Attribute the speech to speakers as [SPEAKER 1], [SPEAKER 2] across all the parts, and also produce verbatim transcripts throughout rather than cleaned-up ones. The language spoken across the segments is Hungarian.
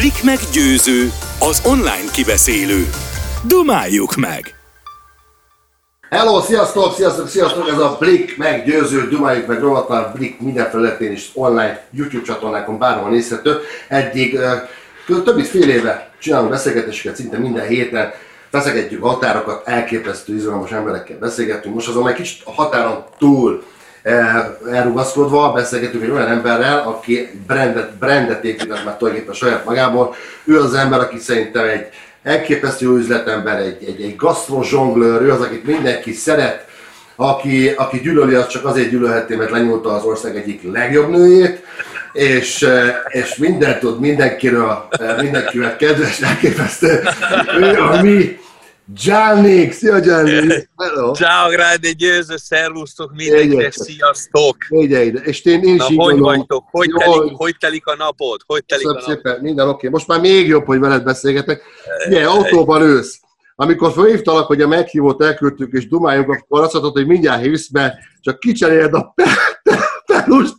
[SPEAKER 1] Blik meg Győző, az online kibeszélő. Dumáljuk meg!
[SPEAKER 2] Hello, sziasztok, sziasztok, sziasztok! Ez a Blik meg Győző, Dumáljuk meg rovatlan Blik minden felületén is online YouTube csatornákon bárhol nézhető. Eddig uh, több mint fél éve csinálunk beszélgetéseket szinte minden héten. Feszegetjük a határokat, elképesztő izgalmas emberekkel beszélgetünk. Most azon egy kicsit a határon túl elrugaszkodva beszélgetünk egy olyan emberrel, aki brandet, brandet épített már tulajdonképpen saját magából. Ő az ember, aki szerintem egy elképesztő üzletember, egy, egy, egy gasztrozsonglőr, ő az, akit mindenki szeret, aki, aki gyűlöli, az csak azért gyűlölheti, mert lenyúlta az ország egyik legjobb nőjét, és, és mindent tud mindenkiről, mindenkivel kedves, elképesztő. Ő a mi Gianni! Szia Gianni!
[SPEAKER 3] Hello! Ciao, grande Győző, szervusztok mindenkinek, sziasztok!
[SPEAKER 2] Ide, ide. És én, én
[SPEAKER 3] Na,
[SPEAKER 2] is
[SPEAKER 3] hogy
[SPEAKER 2] így
[SPEAKER 3] vagytok? Hogy telik, hogy telik a napod? Hogy telik
[SPEAKER 2] Köszönöm
[SPEAKER 3] a napod?
[SPEAKER 2] szépen, minden oké. Okay. Most már még jobb, hogy veled beszélgetek. Ugye, autóban ősz. Amikor felhívtalak, hogy a meghívót elküldtük és dumáljunk, akkor azt mondtad, hogy mindjárt hívsz, mert csak kicseréled a pelust.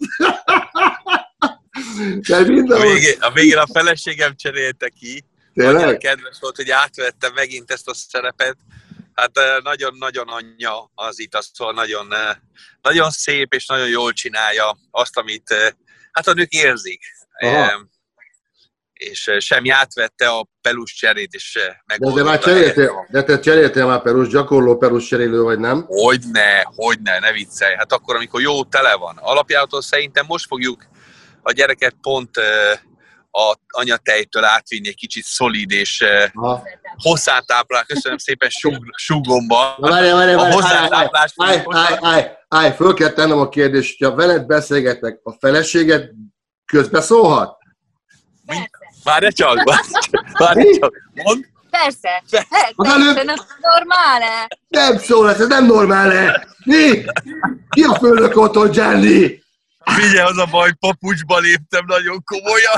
[SPEAKER 3] A végén, a végén a feleségem cserélte ki. Nagyon kedves volt, hogy átvettem megint ezt a szerepet. Hát nagyon-nagyon anyja az itt, szóval nagyon, nagyon szép és nagyon jól csinálja azt, amit hát a nők érzik. E, és semmi átvette a pelus cserét, és megoldott.
[SPEAKER 2] De, de már cseréltél, de te cseréltél már pelus, gyakorló pelus cserélő vagy nem?
[SPEAKER 3] Hogyne, hogyne, ne viccelj. Hát akkor, amikor jó tele van. Alapjától szerintem most fogjuk a gyereket pont a anyatejtől átvinni egy kicsit szolid és hozzátáplál, köszönöm szépen, súgomba.
[SPEAKER 2] Várj, várj, várj, állj, állj, állj, állj, föl kell tennem a kérdést, hogyha veled beszélgetek, a feleséged közbe szólhat?
[SPEAKER 3] Várj csak, várj csak, mondd.
[SPEAKER 4] Persze, persze, nem normál-e?
[SPEAKER 2] Nem szól, ez nem normál-e? Mi? Ki a főnök otthon, Gianni?
[SPEAKER 3] Figyelj, az a baj, papucsba léptem nagyon komolyan.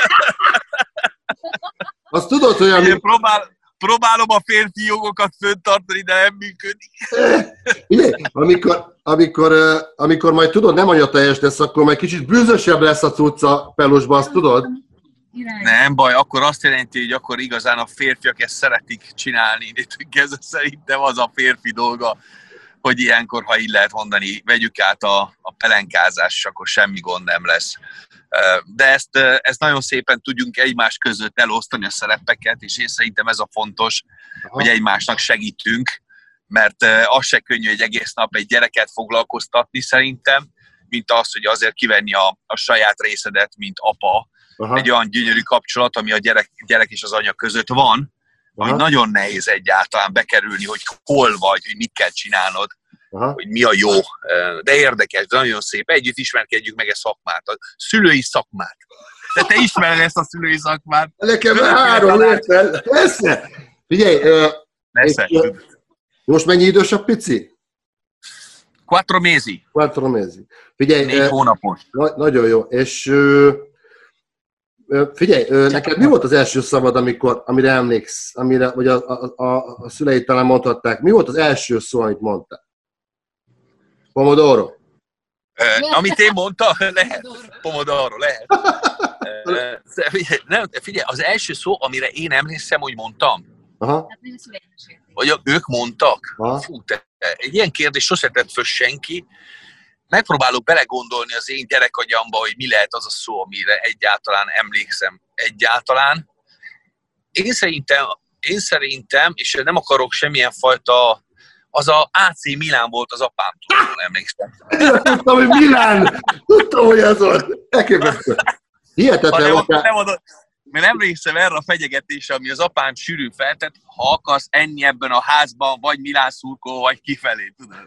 [SPEAKER 2] Azt tudod, hogy ami...
[SPEAKER 3] Próbál, próbálom a férfi jogokat föntartani, de nem működik.
[SPEAKER 2] Ugye, amikor, amikor, amikor majd tudod, nem anyateljes lesz, akkor majd kicsit bűzösebb lesz a cucca pelusba, azt tudod?
[SPEAKER 3] Nem baj, akkor azt jelenti, hogy akkor igazán a férfiak ezt szeretik csinálni. Ez szerintem az a férfi dolga, hogy ilyenkor, ha így lehet mondani, vegyük át a, a pelenkázás, és akkor semmi gond nem lesz. De ezt, ezt nagyon szépen tudjunk egymás között elosztani a szerepeket, és én szerintem ez a fontos, Aha. hogy egymásnak segítünk, mert az se könnyű egy egész nap egy gyereket foglalkoztatni szerintem, mint az, hogy azért kivenni a, a saját részedet, mint apa. Aha. Egy olyan gyönyörű kapcsolat, ami a gyerek, gyerek és az anya között van, ami Aha. nagyon nehéz egyáltalán bekerülni, hogy hol vagy, hogy mit kell csinálnod, Aha. hogy mi a jó. De érdekes, de nagyon szép. Együtt ismerkedjük meg ezt a szakmát, a szülői szakmát. De te ismered ezt a szülői szakmát.
[SPEAKER 2] Nekem három értel. Persze. Figyelj, uh, most mennyi idős a pici?
[SPEAKER 3] Quattro mesi.
[SPEAKER 2] Quattro mesi. Figyelj,
[SPEAKER 3] Négy uh, hónapos.
[SPEAKER 2] Na, nagyon jó. És... Uh, Figyelj, neked mi volt az első szavad, amikor, amire emléksz, amire, vagy a, a, a, a szüleid talán mondhatták, mi volt az első szó, amit mondtál? Pomodoro?
[SPEAKER 3] Uh, amit én mondtam, lehet. Pomodoro, lehet. uh, figyelj, nem, figyelj, az első szó, amire én emlékszem, hogy mondtam,
[SPEAKER 2] Aha.
[SPEAKER 3] vagy ők mondtak,
[SPEAKER 2] Aha.
[SPEAKER 3] fú, te, egy ilyen kérdés sose tett föl senki. Megpróbálok belegondolni az én gyerekagyamba, hogy mi lehet az a szó, amire egyáltalán emlékszem egyáltalán. Én szerintem, én szerintem, és nem akarok semmilyen fajta, az a á cé Milán volt az apám, tudom, emlékszem.
[SPEAKER 2] Én tudtam, hogy Milán! Tudtam, hogy az volt. Elképesztő. Hihetetlen okán.
[SPEAKER 3] Mert emlékszem erre a fenyegetésre, ami az apám sűrűn feltett, ha akarsz enni ebben a házban, vagy Milán szurkol, vagy kifelé, tudod.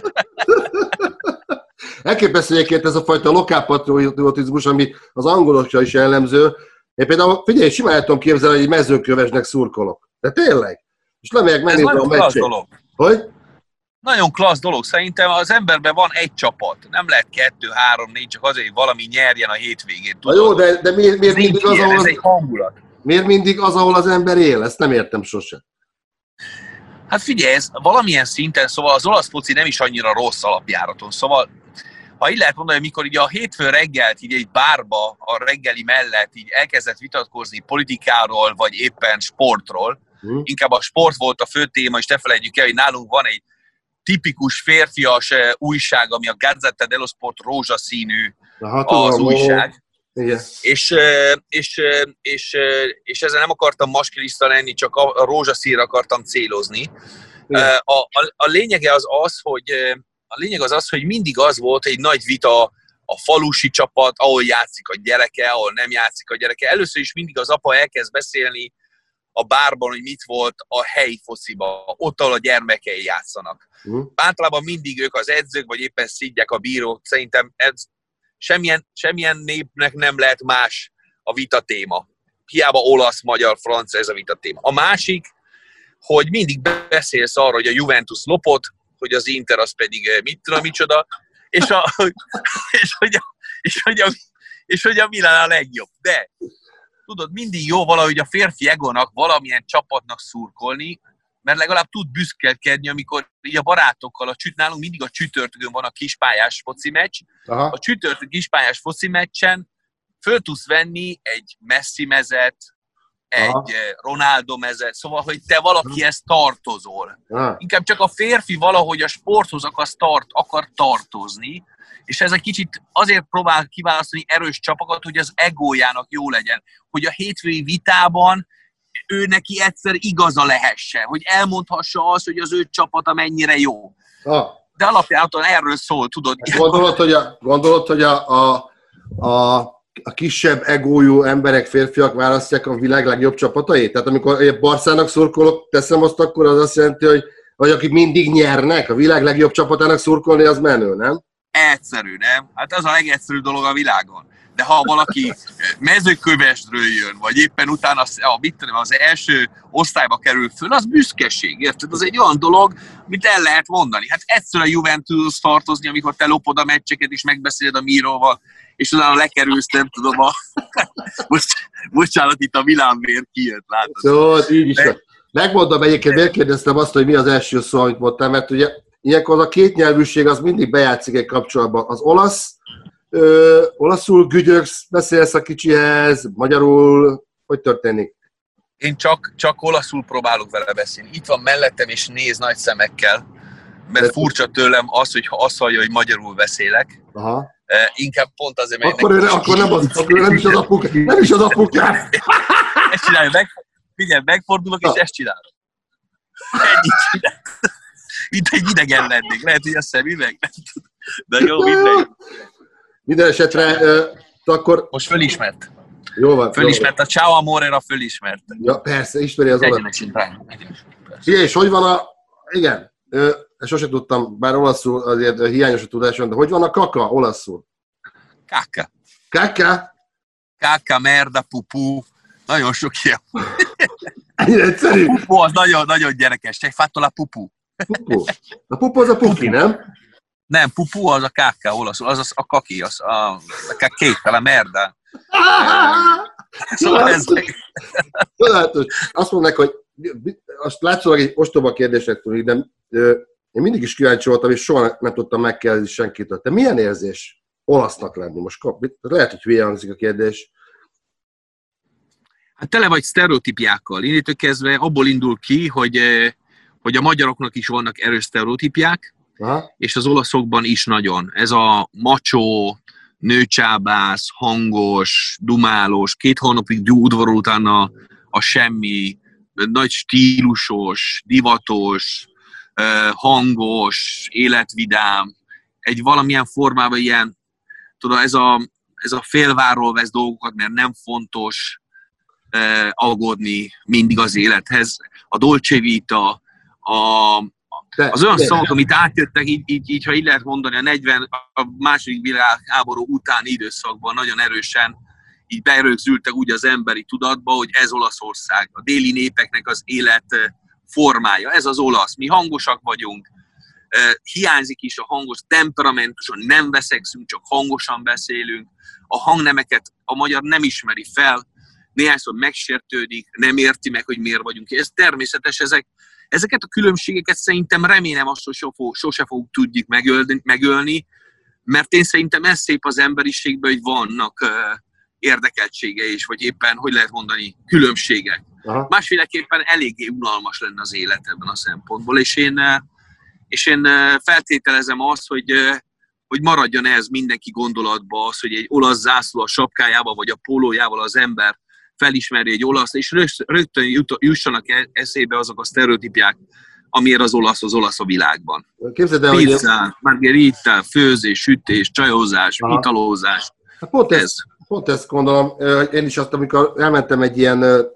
[SPEAKER 2] Elképesztő egyébként ez a fajta lokálpatriotizmus, ami az angolokra is jellemző. Én például, figyelj, simán el tudom képzelni, hogy egy mezőkövesnek szurkolok. De tényleg? És lemegyek megnézni a meccsét. Hogy?
[SPEAKER 3] Nagyon klassz dolog. Szerintem az emberben van egy csapat. Nem lehet kettő, három, négy, csak azért, hogy valami nyerjen a hétvégén.
[SPEAKER 2] Na jó, de, de miért, miért mindig az, ahol
[SPEAKER 3] az, egy hangulat.
[SPEAKER 2] Miért mindig az, ahol az ember él? Ezt nem értem sosem.
[SPEAKER 3] Hát figyelj, ez valamilyen szinten, szóval az olasz foci nem is annyira rossz alapjáraton. Szóval ha így lehet mondani, amikor így a hétfő reggelt így egy bárba a reggeli mellett így elkezdett vitatkozni politikáról, vagy éppen sportról, hmm. inkább a sport volt a fő téma, és ne felejtjük el, hogy nálunk van egy tipikus férfias újság, ami a Gazzetta dello Sport rózsaszínű Aha, az tudom, újság.
[SPEAKER 2] Igen.
[SPEAKER 3] És, és, és, és ezzel nem akartam maskilista lenni, csak a rózsaszínre akartam célozni. A, a, a lényege az az, hogy a lényeg az az, hogy mindig az volt egy nagy vita a falusi csapat, ahol játszik a gyereke, ahol nem játszik a gyereke. Először is mindig az apa elkezd beszélni a bárban, hogy mit volt a helyi fociba, ott, ahol a gyermekei játszanak. Uh-huh. Általában mindig ők az edzők, vagy éppen szidják a bírók. Szerintem ez semmilyen, semmilyen népnek nem lehet más a vita téma. Hiába olasz, magyar, francia, ez a vita téma. A másik, hogy mindig beszélsz arra, hogy a Juventus lopott, hogy az Inter az pedig mit tudom, micsoda, és, a, és, hogy a, és, hogy a, és hogy a Milan a legjobb. De tudod, mindig jó valahogy a férfi egónak valamilyen csapatnak szurkolni, mert legalább tud büszkelkedni, amikor így a barátokkal, a csüt, nálunk mindig a csütörtökön van a kispályás foci meccs. Aha. A csütörtök kispályás foci meccsen föl tudsz venni egy Messi mezet, egy Aha. Ronaldo mezet, szóval, hogy te valakihez tartozol. Aha. Inkább csak a férfi valahogy a sporthoz akarsz tart, akar tartozni, és ez egy kicsit azért próbál kiválasztani erős csapakat, hogy az egójának jó legyen. Hogy a hétfői vitában ő neki egyszer igaza lehessen, hogy elmondhassa azt, hogy az ő csapata mennyire jó. Ah. De alapjáton erről szól, tudod.
[SPEAKER 2] Gondolod, hogy a, gondolod, hogy a, a, a, a kisebb egójú emberek, férfiak választják a világ legjobb csapatait? Tehát amikor egy Barszának szurkolok, teszem azt, akkor az azt jelenti, hogy, hogy akik mindig nyernek, a világ legjobb csapatának szurkolni, az menő, nem?
[SPEAKER 3] Egyszerű, nem? Hát az a legegyszerűbb dolog a világon. De ha valaki Mezőkövesdről jön, vagy éppen utána a, mit tudom, az első osztályba kerül föl, az büszkeség, érted? Az egy olyan dolog, amit el lehet mondani. Hát egyszer a Juventus tartozni, amikor te lopod a meccseket, és megbeszéled a Míróval, és utána lekerülsz, nem tudom, a... Most, bocsánat, itt a Milánvér kijött, látod?
[SPEAKER 2] Szóval így is van. Megmondom egyébként, miért kérdeztem azt, hogy mi az első szó, amit mondtam, mert ugye ilyenkor a kétnyelvűség az mindig bejátszik egy kapcsolatban. Az olasz, Ö, olaszul gügyögsz, beszélsz a kicsihez, magyarul, hogy történik?
[SPEAKER 3] Én csak, csak olaszul próbálok vele beszélni. Itt van mellettem, és néz nagy szemekkel, mert furcsa tőlem az, hogy ha azt hallja, hogy magyarul beszélek. Aha. E, inkább pont azért, mert...
[SPEAKER 2] Akkor, ő, akkor nem, az, akkor nem is az apuk, nem is az apukám.
[SPEAKER 3] Ezt csinálja, meg, figyelj, megfordulok, és ezt csinálom. Ennyit csinálom. Mint egy idegen lennék. Lehet, hogy a szemüveg, nem tudom. De jó, mindegy.
[SPEAKER 2] Minden esetre, uh, akkor...
[SPEAKER 3] Most fölismert.
[SPEAKER 2] Jó van.
[SPEAKER 3] Fölismert, a Ciao Amore-ra fölismert.
[SPEAKER 2] Ja, persze, ismeri az olat. Igen, és hogy van a... Igen, uh, sose tudtam, bár olaszul azért hiányos a tudásom, de hogy van a kaka olaszul?
[SPEAKER 3] Kaka.
[SPEAKER 2] Kaka?
[SPEAKER 3] Kaka, merda, pupu. Nagyon sok ilyen.
[SPEAKER 2] Ennyire egyszerű?
[SPEAKER 3] A pupu az nagyon, nagyon gyerekes. Csak fatto la pupu.
[SPEAKER 2] Pupu. A pupu az a puki, nem?
[SPEAKER 3] Nem, pupu az a káka olaszul, az, az a kaki, az a, a kékkel, a merda.
[SPEAKER 2] Szóval ez... Tudatos. Azt mondják, hogy azt látszólag egy ostoba kérdésnek tűnik, de én mindig is kíváncsi voltam, és soha nem tudtam megkérdezni senkitől. Te milyen érzés olasznak lenni? Most kap, lehet, hogy hülye hangzik a kérdés.
[SPEAKER 3] Hát tele vagy sztereotípiákkal. Innentől kezdve abból indul ki, hogy, hogy a magyaroknak is vannak erős sztereotípiák, aha, és az olaszokban is nagyon. Ez a macsó, nőcsábász, hangos, dumálós, két hónapig udvarol utána a semmi, nagy stílusos, divatos, hangos, életvidám, egy valamilyen formában ilyen, tudod, ez a, ez a félvárról vesz dolgokat, mert nem fontos eh, aggódni mindig az élethez. A Dolce Vita, a, az olyan szavak, amit átjöttek, így, így, így, ha így lehet mondani, a negyven, a második világháború utáni időszakban nagyon erősen így berögzültek úgy az emberi tudatba, hogy ez Olaszország, a déli népeknek az élet formája, ez az olasz. Mi hangosak vagyunk, hiányzik is a hangos, temperamentusan nem veszekszünk, csak hangosan beszélünk, a hangnemeket a magyar nem ismeri fel, néhányszor megsértődik, nem érti meg, hogy miért vagyunk. Ez természetes, ezek, ezeket a különbségeket szerintem remélem azt, hogy sose fogjuk tudjuk megölni, megölni, mert én szerintem ez szép az emberiségben, hogy vannak uh, érdekeltsége is, vagy éppen, hogy lehet mondani, különbségek. Aha. Másféleképpen eléggé unalmas lenne az élet ebben a szempontból, és én, és én feltételezem azt, hogy, hogy maradjon ez mindenki gondolatba az, hogy egy olasz zászló a sapkájával, vagy a pólójával az ember felismeri egy olasz, és rögtön jussanak eszébe azok a sztereotípiák, amiért az olasz az olasz a világban.
[SPEAKER 2] Képzeld el,
[SPEAKER 3] pizza,
[SPEAKER 2] hogy...
[SPEAKER 3] margherita, főzés, sütés, csajozás, aha. italózás.
[SPEAKER 2] Hát pont, ez. ezt, pont ezt gondolom. Én is azt, amikor elmentem egy ilyen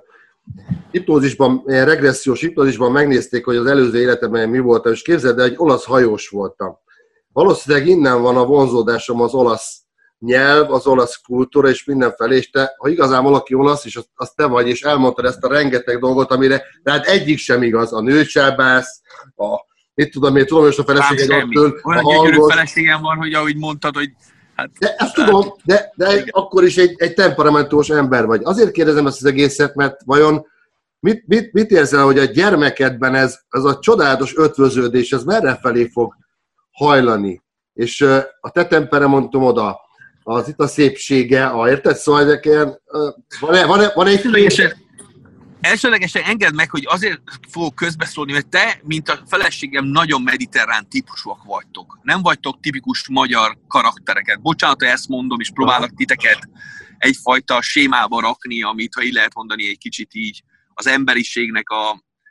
[SPEAKER 2] hipnózisban, ilyen regressziós hipnózisban, megnézték, hogy az előző életemben mi voltam, és képzeld el, egy olasz hajós voltam. Valószínűleg innen van a vonzódásom az olasz nyelv, az olasz kultúra, és mindenfelé, és te, ha igazán valaki olasz, és az, az te vagy, és elmondtad ezt a rengeteg dolgot, amire, tehát egyik sem igaz, a nőcsábász, a, mit tudom én, tudom, és a feleségedettől,
[SPEAKER 3] a hangos. Feleségem van, hogy ahogy mondtad, hogy hát...
[SPEAKER 2] De ezt tudom, de, de egy, akkor is egy, egy temperamentós ember vagy. Azért kérdezem ezt az egészet, mert vajon mit, mit, mit érzel, hogy a gyermekedben ez, ez a csodálatos ötvöződés, ez merre felé fog hajlani? És uh, a te temperamentumod, a az itt a szépsége, a, érted? Szóval ezek ilyen, van-e, van-e, van-e egy...
[SPEAKER 3] Elsőlegesen engedd meg, hogy azért fogok közbeszólni, mert te, mint a feleségem, nagyon mediterrán típusúak vagytok. Nem vagytok tipikus magyar karaktereket. Bocsánat, hogy ezt mondom, és próbálok titeket egyfajta sémába rakni, amit, ha így lehet mondani, egy kicsit így az emberiségnek a,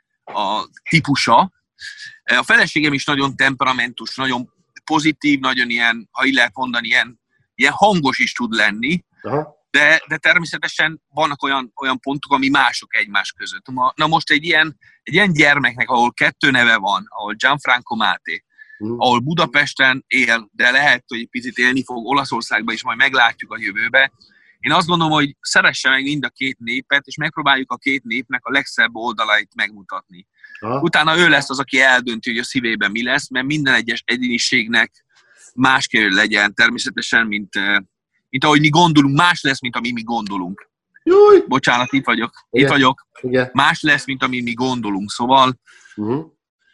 [SPEAKER 3] a típusa. A feleségem is nagyon temperamentus, nagyon pozitív, nagyon ilyen, ha így lehet mondani, ilyen ilyen hangos is tud lenni, de, de természetesen vannak olyan, olyan pontok, ami mások egymás között. Na most egy ilyen, egy ilyen gyermeknek, ahol kettő neve van, ahol Gianfranco Máté, mm. ahol Budapesten él, de lehet, hogy egy picit élni fog Olaszországban, és majd meglátjuk a jövőbe. Én azt gondolom, hogy szeresse meg mind a két népet, és megpróbáljuk a két népnek a legszebb oldalait megmutatni. Aha. Utána ő lesz az, aki eldönti, hogy a szívében mi lesz, mert minden egyes egyéniségnek más kell legyen természetesen, mint, mint ahogy mi gondolunk, más lesz, mint ami mi gondolunk. Júj. Bocsánat, itt vagyok. Igen. Itt vagyok. Igen. Más lesz, mint ami mi gondolunk. Szóval uh-huh.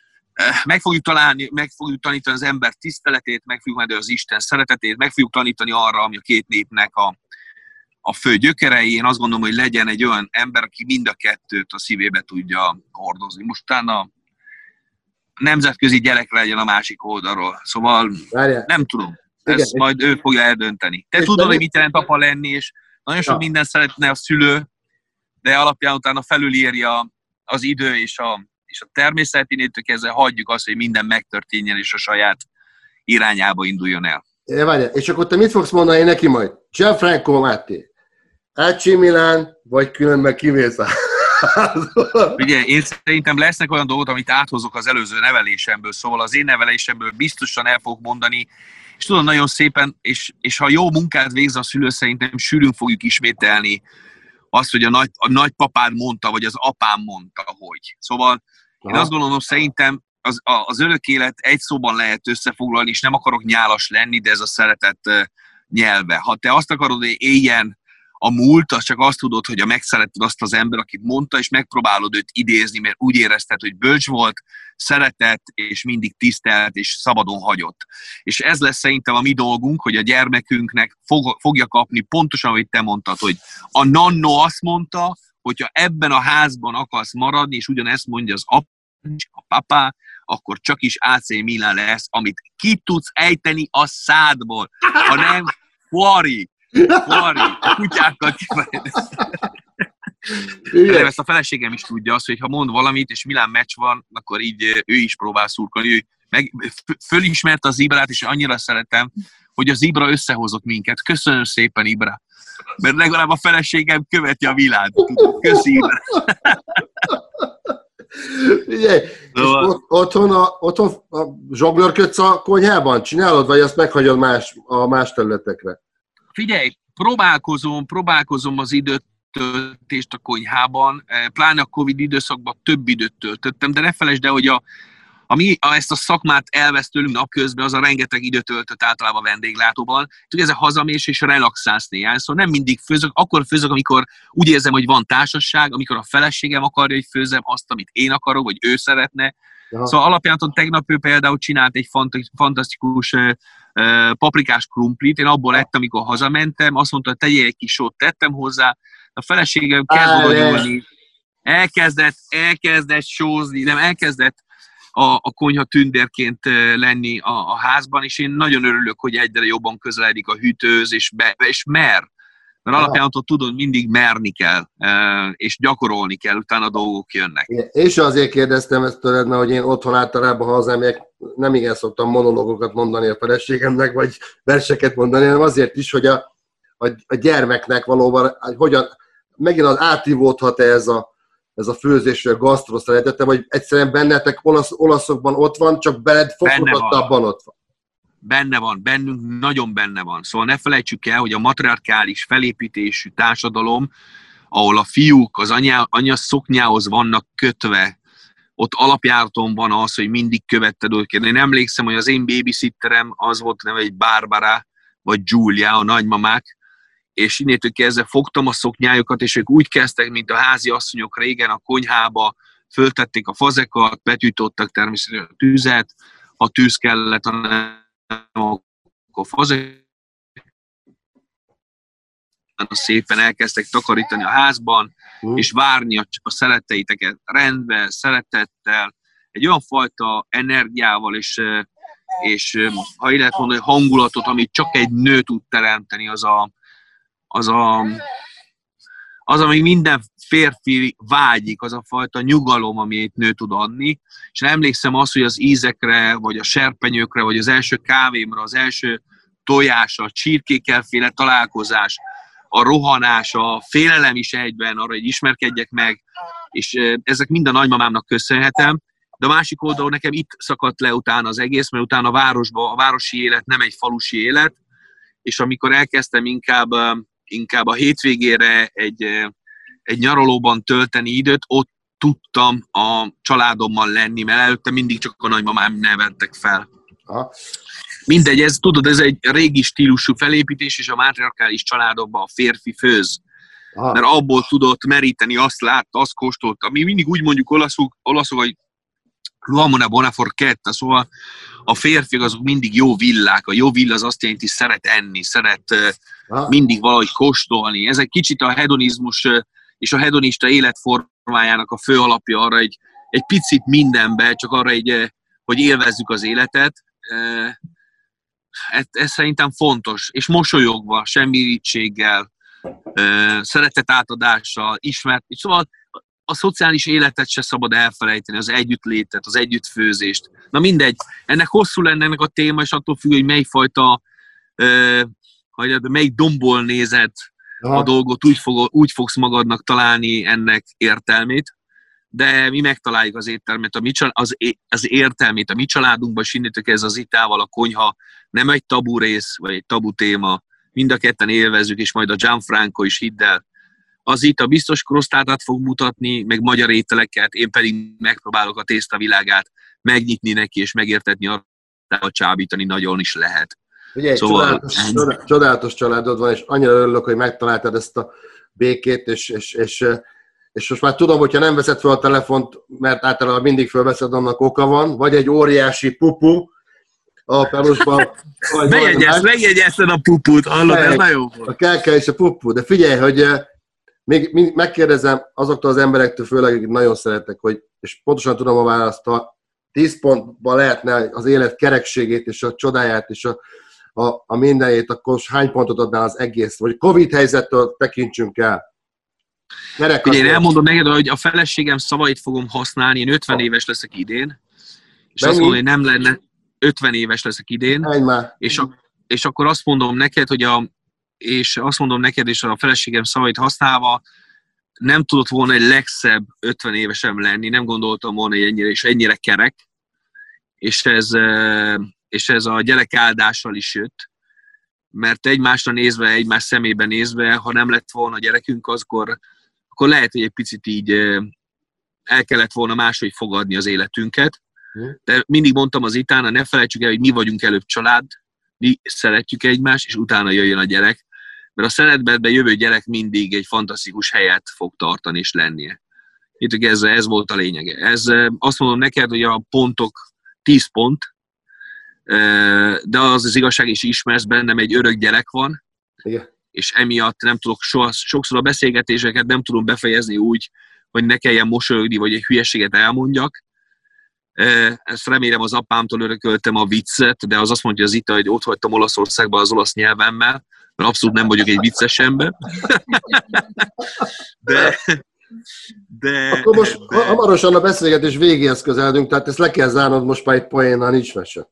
[SPEAKER 3] meg fogjuk találni, meg fogjuk tanítani az ember tiszteletét, meg fogjuk majd az Isten szeretetét, meg fogjuk tanítani arra, ami a két népnek a, a fő gyökerei. Én azt gondolom, hogy legyen egy olyan ember, aki mind a kettőt a szívébe tudja hordozni. Most utána nemzetközi gyerek legyen a másik oldalról. Szóval várjál. Nem tudom. Ezt igen, majd ő fogja eldönteni. Te tudod, hogy mit jelent apa lenni, és nagyon sok ja. minden szeretne a szülő, de alapján utána felülírja az idő és a, és a természet, innentől kezdve hagyjuk azt, hogy minden megtörténjen, és a saját irányába induljon el.
[SPEAKER 2] É, várjál, és akkor te mit fogsz mondani neki majd? Gianfranco Máté, á cé Milán, vagy különben kivész?
[SPEAKER 3] Ugye, én szerintem lesznek olyan dolgok, amit áthozok az előző nevelésemből, szóval az én nevelésemből biztosan el fogok mondani, és tudom nagyon szépen, és, és ha jó munkát végz a szülő, szerintem sűrűn fogjuk ismételni azt, hogy a, nagy, a nagypapád mondta, vagy az apám mondta, hogy. Szóval én azt gondolom, szerintem az, az örök élet egy szóban lehet összefoglalni, és nem akarok nyálas lenni, de ez a szeretet nyelve. Ha te azt akarod, hogy éljen a múlt, az csak azt tudod, hogy a megszeretted azt az ember, akit mondta, és megpróbálod őt idézni, mert úgy érezted, hogy bölcs volt, szeretett, és mindig tisztelt, és szabadon hagyott. És ez lesz szerintem a mi dolgunk, hogy a gyermekünknek fog, fogja kapni pontosan, ahogy te mondtad, hogy a nannó azt mondta, hogyha ebben a házban akarsz maradni, és ugyanezt mondja az apa, a papá, akkor csak is á cé Milán lesz, amit ki tudsz ejteni a szádból, ha nem, Fuari. Fuari, a kutyákkal kifejezett. De ezt a feleségem is tudja azt, hogy ha mond valamit, és Milán meccs van, akkor így ő is próbál szurkolni. Ő meg, fölismerte az Ibrát, és annyira szeretem, hogy az Ibra összehozott minket. Köszönöm szépen, Ibra. Mert legalább a feleségem követi a világ. Köszi, Ibra.
[SPEAKER 2] Figyelj, szóval... otthon, a, otthon a zsonglőrködsz a konyhában? Csinálod, vagy azt meghagyod más, a más területekre?
[SPEAKER 3] Figyelj, próbálkozom, próbálkozom az időtöltést a konyhában, pláne a Covid időszakban több időt töltöttem, de ne felejtsd el, hogy a, ami ezt a szakmát elvesz tőlünk napközben, az a rengeteg időt töltött általában vendéglátóban. Tudod, ezzel hazamész és relaxálsz néhány. Szóval nem mindig főzök, akkor főzök, amikor úgy érzem, hogy van társaság, amikor a feleségem akarja, hogy főzzem azt, amit én akarok, vagy ő szeretne. Aha. Szóval alapján tegnap ő például csinált egy fant- fantasztikus uh, uh, paprikás krumplit, én abból ettem, amikor hazamentem, azt mondta, hogy tegyél egy kis sót, tettem hozzá, a feleségem kezd nyúlni, elkezdett, elkezdett sózni, nem, elkezdett a, a konyha tündérként lenni a, a házban, és én nagyon örülök, hogy egyre jobban közeledik a hűtőhöz, és, be, és mer. Mert alapján tudod, mindig merni kell, és gyakorolni kell, utána a dolgok jönnek.
[SPEAKER 2] És azért kérdeztem ezt tőled, mert hogy én otthon általában, ha hazamegyek, nem igen szoktam monológokat mondani a feleségemnek, vagy verseket mondani, hanem azért is, hogy a, a, a gyermeknek valóban, hogyan, megint az átívódhat-e ez a, ez a főzés, a gasztro szeretete, vagy egyszerűen bennetek olasz, olaszokban ott van, csak beled fokozottabban ott van.
[SPEAKER 3] Benne van, bennünk nagyon benne van. Szóval ne felejtsük el, hogy a matriarkális felépítésű társadalom, ahol a fiúk az anya, anya szoknyához vannak kötve, ott alapjáraton van az, hogy mindig követted őket. Én emlékszem, hogy az én babysitterem az volt neve egy Barbara, vagy Giulia, a nagymamák, és innétől kezdve fogtam a szoknyájukat, és ők úgy kezdtek, mint a házi asszonyok régen a konyhába, föltették a fazekat, betűtottak természetesen a tüzet, ha tűz kellett, hanem akkor fazek, szépen elkezdtek takarítani a házban, mm. és várni a, a szeretteiteket rendben, szeretettel, egy olyan fajta energiával, és, és ha így lehet mondani, hangulatot, amit csak egy nő tud teremteni, az a, az, a, az, ami minden férfi vágyik, az a fajta nyugalom, ami egy nő tud adni. És emlékszem azt, hogy az ízekre, vagy a serpenyőkre, vagy az első kávémra, az első tojás, a csirkékkelféle találkozás, a rohanás, a félelem is egyben, arra, hogy ismerkedjek meg, és ezek mind a nagymamámnak köszönhetem. De a másik oldalon nekem itt szakadt le utána az egész, mert utána a városba, a városi élet nem egy falusi élet, és amikor elkezdtem inkább, inkább a hétvégére egy, egy nyaralóban tölteni időt, ott tudtam a családommal lenni, mert előtte mindig csak a nagymamám nevettek fel. Aha. Mindegy, ez, tudod, ez egy régi stílusú felépítés, és a matriarkális családokban a férfi főz. Aha. Mert abból tudott meríteni, azt látta, azt kóstolta. Mi mindig úgy mondjuk olaszok, olaszok hogy l'uomo è buona forchetta, szóval a férfiak azok mindig jó villák. A jó vill az azt jelenti, hogy szeret enni, szeret Aha. mindig valahogy kóstolni. Ez egy kicsit a hedonizmus és a hedonista életformájának a fő alapja arra, egy, egy picit mindenbe, csak arra, egy, hogy élvezzük az életet. Ez, ez szerintem fontos. És mosolyogva, semmi irítséggel, szeretet átadással, ismert. Szóval a szociális életet se szabad elfelejteni, az együttlétet, az együttfőzést. Na mindegy, ennek hosszú lenne ennek a téma, és attól függ, hogy mely fajta, hogy melyik domból nézed Aha. a dolgot, úgy, fog, úgy fogsz magadnak találni ennek értelmét, de mi megtaláljuk az értelmét, a mi, az, az értelmét a mi családunkban, és innentől ez az itával a konyha nem egy tabu rész, vagy egy tabu téma, mind a ketten élvezzük, és majd a Gianfranco is, hidd el, az itt a biztos krosztátát fog mutatni, meg magyar ételeket, én pedig megpróbálok a tésztavilágát megnyitni neki, és megértetni arra, hogy csábítani nagyon is lehet.
[SPEAKER 2] Ugye, szóval... csodálatos, csodálatos családod van, és annyira örülök, hogy megtaláltad ezt a békét, és, és, és, és most már tudom, hogyha nem veszed fel a telefont, mert általában mindig felveszed, annak oka van, vagy egy óriási pupu a pelosban.
[SPEAKER 3] Megjegyezted a puput, hallod, ez nagyon volt.
[SPEAKER 2] A kelke és a pupu, de figyelj, hogy még, még megkérdezem azoktól az emberektől, főleg, akik nagyon szeretek, hogy, és pontosan tudom a választ, ha tíz pontban lehetne az élet kerekségét, és a csodáját, és a, a, a mindenjét, akkor hány pontot adnál az egész? Vagy Covid helyzettől tekintsünk el.
[SPEAKER 3] Ugye, én elmondom neked, hogy a feleségem szavait fogom használni, én ötven éves leszek idén, és Mennyi? Azt mondom, hogy nem lenne, ötven éves leszek idén, és, a, és akkor azt mondom neked, hogy a és azt mondom neked, és a feleségem szavait használva, nem tudott volna egy legszebb ötven évesem lenni, nem gondoltam volna, hogy ennyire, és ennyire kerek, és ez, és ez a gyerek áldással is jött, mert egymásra nézve, egymás szemébe nézve, ha nem lett volna a gyerekünk, akkor, akkor lehet, hogy egy picit így el kellett volna máshogy fogadni az életünket, De mindig mondtam az Itánál, ne felejtsük el, hogy mi vagyunk előbb család, mi szeretjük egymást, és utána jöjjön a gyerek, mert a szeretetbe jövő gyerek mindig egy fantasztikus helyet fog tartani és lennie. Itt ez, ez volt a lényege. Ez, azt mondom neked, hogy a pontok tíz pont, de az az igazság is ismersz, bennem egy örök gyerek van, igen. És emiatt nem tudok soha, sokszor a beszélgetéseket nem tudom befejezni úgy, hogy ne kelljen mosolyogni, vagy egy hülyeséget elmondjak. Ezt remélem az apámtól örököltem a viccet, de az azt mondja az Ita, hogy ott hagytam Olaszországban az olasz nyelvemmel, mert abszolút nem vagyok egy vicces ember. De... De,
[SPEAKER 2] Akkor most
[SPEAKER 3] de,
[SPEAKER 2] hamarosan a beszélgetés végéhez közeledünk, tehát ezt le kell zárnod most már egy poénnal, nincs mese.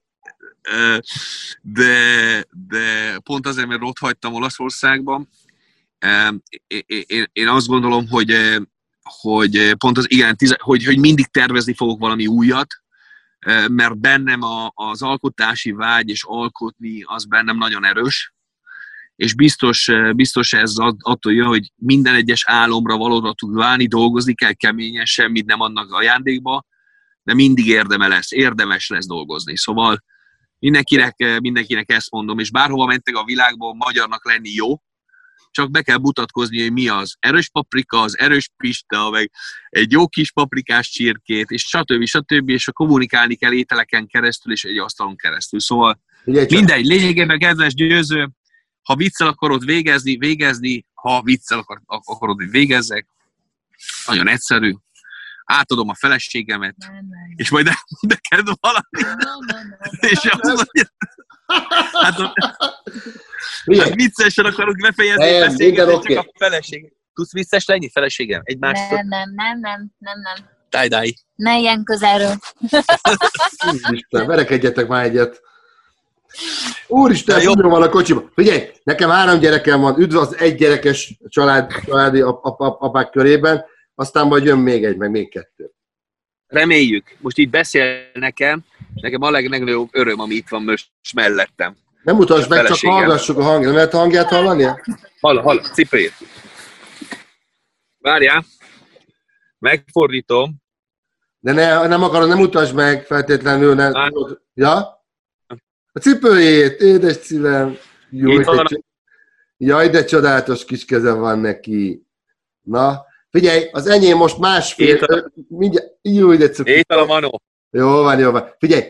[SPEAKER 3] De, de pont azért, mert ott hagytam Olaszországban, én, én azt gondolom, hogy, hogy pont az igen, hogy, hogy mindig tervezni fogok valami újat, mert bennem a, az alkotási vágy és alkotni az bennem nagyon erős, és biztos, biztos ez attól jön, hogy minden egyes álomra valóra tud válni, dolgozni kell keményen, semmit nem adnak ajándékba, de mindig érdeme lesz, érdemes lesz dolgozni. Szóval mindenkinek, mindenkinek ezt mondom, és bárhova mentek a világból, magyarnak lenni jó, csak be kell mutatkozni, hogy mi az erős paprika, az erős pista, meg egy jó kis paprikás csirkét, és stb. stb. És a kommunikálni kell ételeken keresztül, és egy asztalon keresztül. Szóval mindegy, lényegében kedves Győző, ha viccel akarod végezni, végezni, ha viccel akar, akarod, hogy végezzek, nagyon egyszerű, átadom a feleségemet, nem, nem. És majd elmond neked valami, nem, nem, nem. És azt mondja, hát, hát viccesen akarok befejezni,
[SPEAKER 2] nem,
[SPEAKER 3] beszélgetni, csak
[SPEAKER 2] okay.
[SPEAKER 3] A feleségem. Tudsz vicces lenni, feleségem? Egymást?
[SPEAKER 4] Nem, nem, nem, nem, nem, nem.
[SPEAKER 3] Táj-dáj.
[SPEAKER 4] Ne ilyen közelről.
[SPEAKER 2] Úristen, verekedjetek már egyet. Úristen, nagyon van a kocsiban. Figyelj, nekem három gyerekem van, üdv az egy gyerekes család, családi ap, ap, ap, apák körében, aztán majd jön még egy, meg még kettő.
[SPEAKER 3] Reméljük. Most itt beszél nekem, és nekem a legnagyobb öröm, ami itt van most mellettem.
[SPEAKER 2] Nem mutasd meg, csak hallgassuk a hangját. Nem lehet a hangját hallani?
[SPEAKER 3] Hall, hall, cipőjét. Várjál. Megfordítom.
[SPEAKER 2] De ne, nem akarod, nem mutasd meg feltétlenül. Nem. Ja? A cipőjét, édes szívem. Jó, de, jaj, de csodálatos kis keze van neki. Na, figyelj, az enyém most másfél... Étal... Mindjárt, jó, de cuki.
[SPEAKER 3] Étal a manó.
[SPEAKER 2] Jó van, jó van. Figyelj,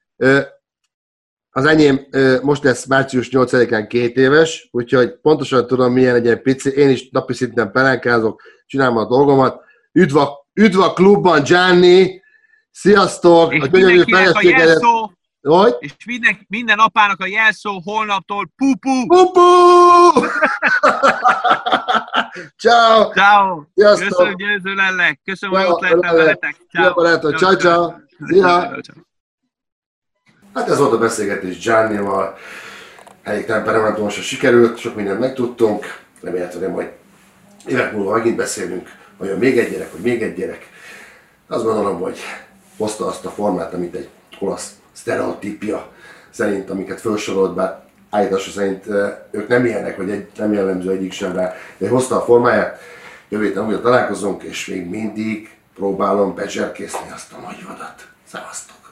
[SPEAKER 2] az enyém most lesz március nyolcadikán két éves, úgyhogy pontosan tudom, milyen egy ilyen pici. Én is napi szinten pelenkázok, csinálom a dolgomat. Üdv a, üdv a klubban, Gianni! Sziasztok!
[SPEAKER 3] És
[SPEAKER 2] a gyönyörű feleségedet... Hogy?
[SPEAKER 3] És minden, minden apának a jelszó holnaptól pu-pu!
[SPEAKER 2] Pu-pu! Ciao!
[SPEAKER 3] Ciao!
[SPEAKER 2] Sziasztok!
[SPEAKER 3] Köszönöm, Győző lellek! Köszönöm, hogy ott lettem veletek!
[SPEAKER 2] Ciao, barátok! Ciao, ciao! Szia! Hát ez volt a beszélgetés Giannival. Elég temperamentumosra sikerült, sok mindent megtudtunk. Remélhetően majd évek múlva megint beszélünk, vagy még egy gyerek, vagy még egy gyerek. Azt gondolom, hogy hozta azt a formát, amit egy olasz sztereotípia szerint, amiket felsorolt, bár állítása szerint ők nem ilyenek, vagy egy, nem jellemző egyik sem rá, de hozta a formáját. Jövő héten újra találkozunk, és még mindig próbálom bezserkészni azt a nagy vadat. Szevasztok!